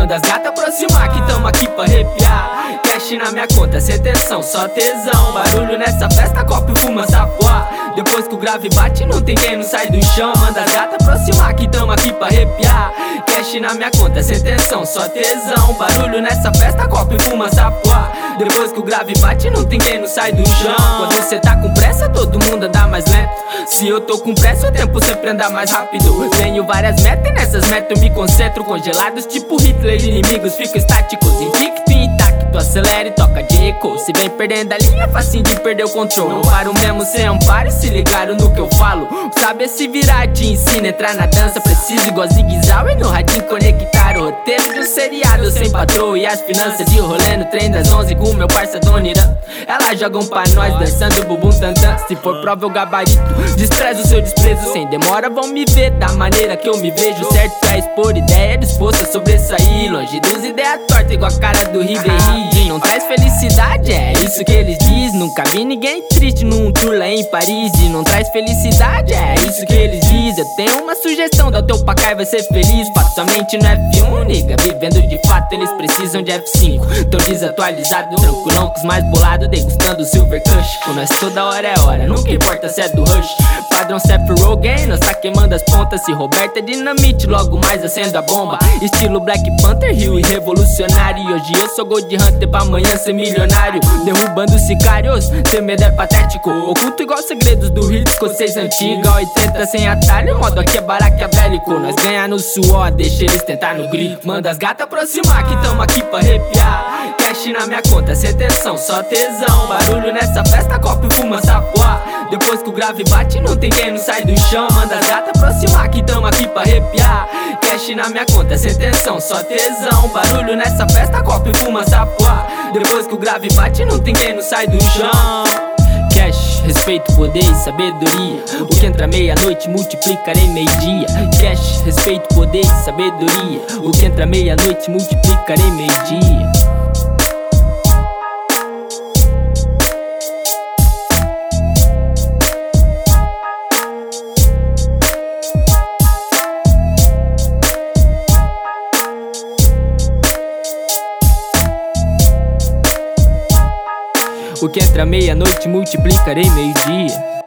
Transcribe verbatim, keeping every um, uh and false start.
Manda as gatas aproximar que tamo aqui pra arrepiar. Cash na minha conta, sem tensão, só tesão. Barulho nessa festa, copo e fuma sapoá. Depois que o grave bate, não tem quem não sai do chão. Manda as gatas aproximar que tamo aqui pra arrepiar. Cash na minha conta, sem tensão, só tesão. Barulho nessa festa, copo e fuma sapoá. Depois que o grave bate, não tem quem não sai do chão. Quando cê tá com pressa, todo mundo anda mais lento. Se eu tô com pressa, o tempo sempre anda mais rápido. Tenho várias metas e nessas metas eu me concentro. Congelados tipo Hitler, inimigos ficam estáticos. Invicto e intacto, acelera e toca de eco. Se vem perdendo a linha, facinho de perder o controle. Não paro mesmo sem amparo e se ligaram no que eu falo. Saber se virar te ensina, entrar na dança. Preciso igual zigue-zague e no radinho conectar o roteiro de um seriado sem patroa. E as finanças de rolê no trem das onze com meu parça Dona Irã. Elas jogam pra nós dançando bumbum tantã. Se for prova eu gabarito, desprezo o seu desprezo. Sem demora vão me ver da maneira que eu me vejo. Certo pra expor ideia, disposto a sobressair. Longe dos ideias tortas igual a cara do Ribéry. Não traz felicidade, é isso que eles dizem. Nunca vi ninguém triste num tour lá em Paris. E não traz felicidade, é isso que eles dizem. Eu tenho uma sugestão, dá o teu pra cá e vai ser feliz. Fato somente no F um, nigga. Vivendo de fato, eles precisam de F cinco. Tão desatualizado, tranquilão com os mais bolados, degustando Silver Kush. Com nós toda hora é hora, nunca importa se é do Rush. Padrão Seth Rogen, nós tá queimando as pontas. Se Roberto é dinamite, logo mais acendo a bomba. Estilo Black Panther, Rio e revolucionário. E hoje eu sou Gold Hunter, pra amanhã ser milionário. Derrubando sicários, seu medo é patético. Oculto igual segredos do hit escocês antigo. Ó, e treta sem atalho, modo aqui é baraquiavélico. Nós ganha no suor, deixa eles tentar no grito. Manda as gatas aproximar que tamo aqui pra arrepiar. Cash na minha conta, sem tensão, só tesão. Barulho nessa festa, copo e fuma sapoá. Depois que o grave bate, não tem quem não sai do chão. Manda as gatas aproximar que tamo aqui pra arrepiar. Cash na minha conta, sem tensão, só tesão. Barulho nessa festa, copo e fuma sapoá. Depois que o grave bate, não tem quem não sai do chão. Cash, respeito, poder e sabedoria. O que entra meia-noite multiplicarei meio-dia. Cash, respeito, poder e sabedoria. O que entra meia-noite multiplicarei meio-dia. O que entra meia-noite multiplicarei meio-dia.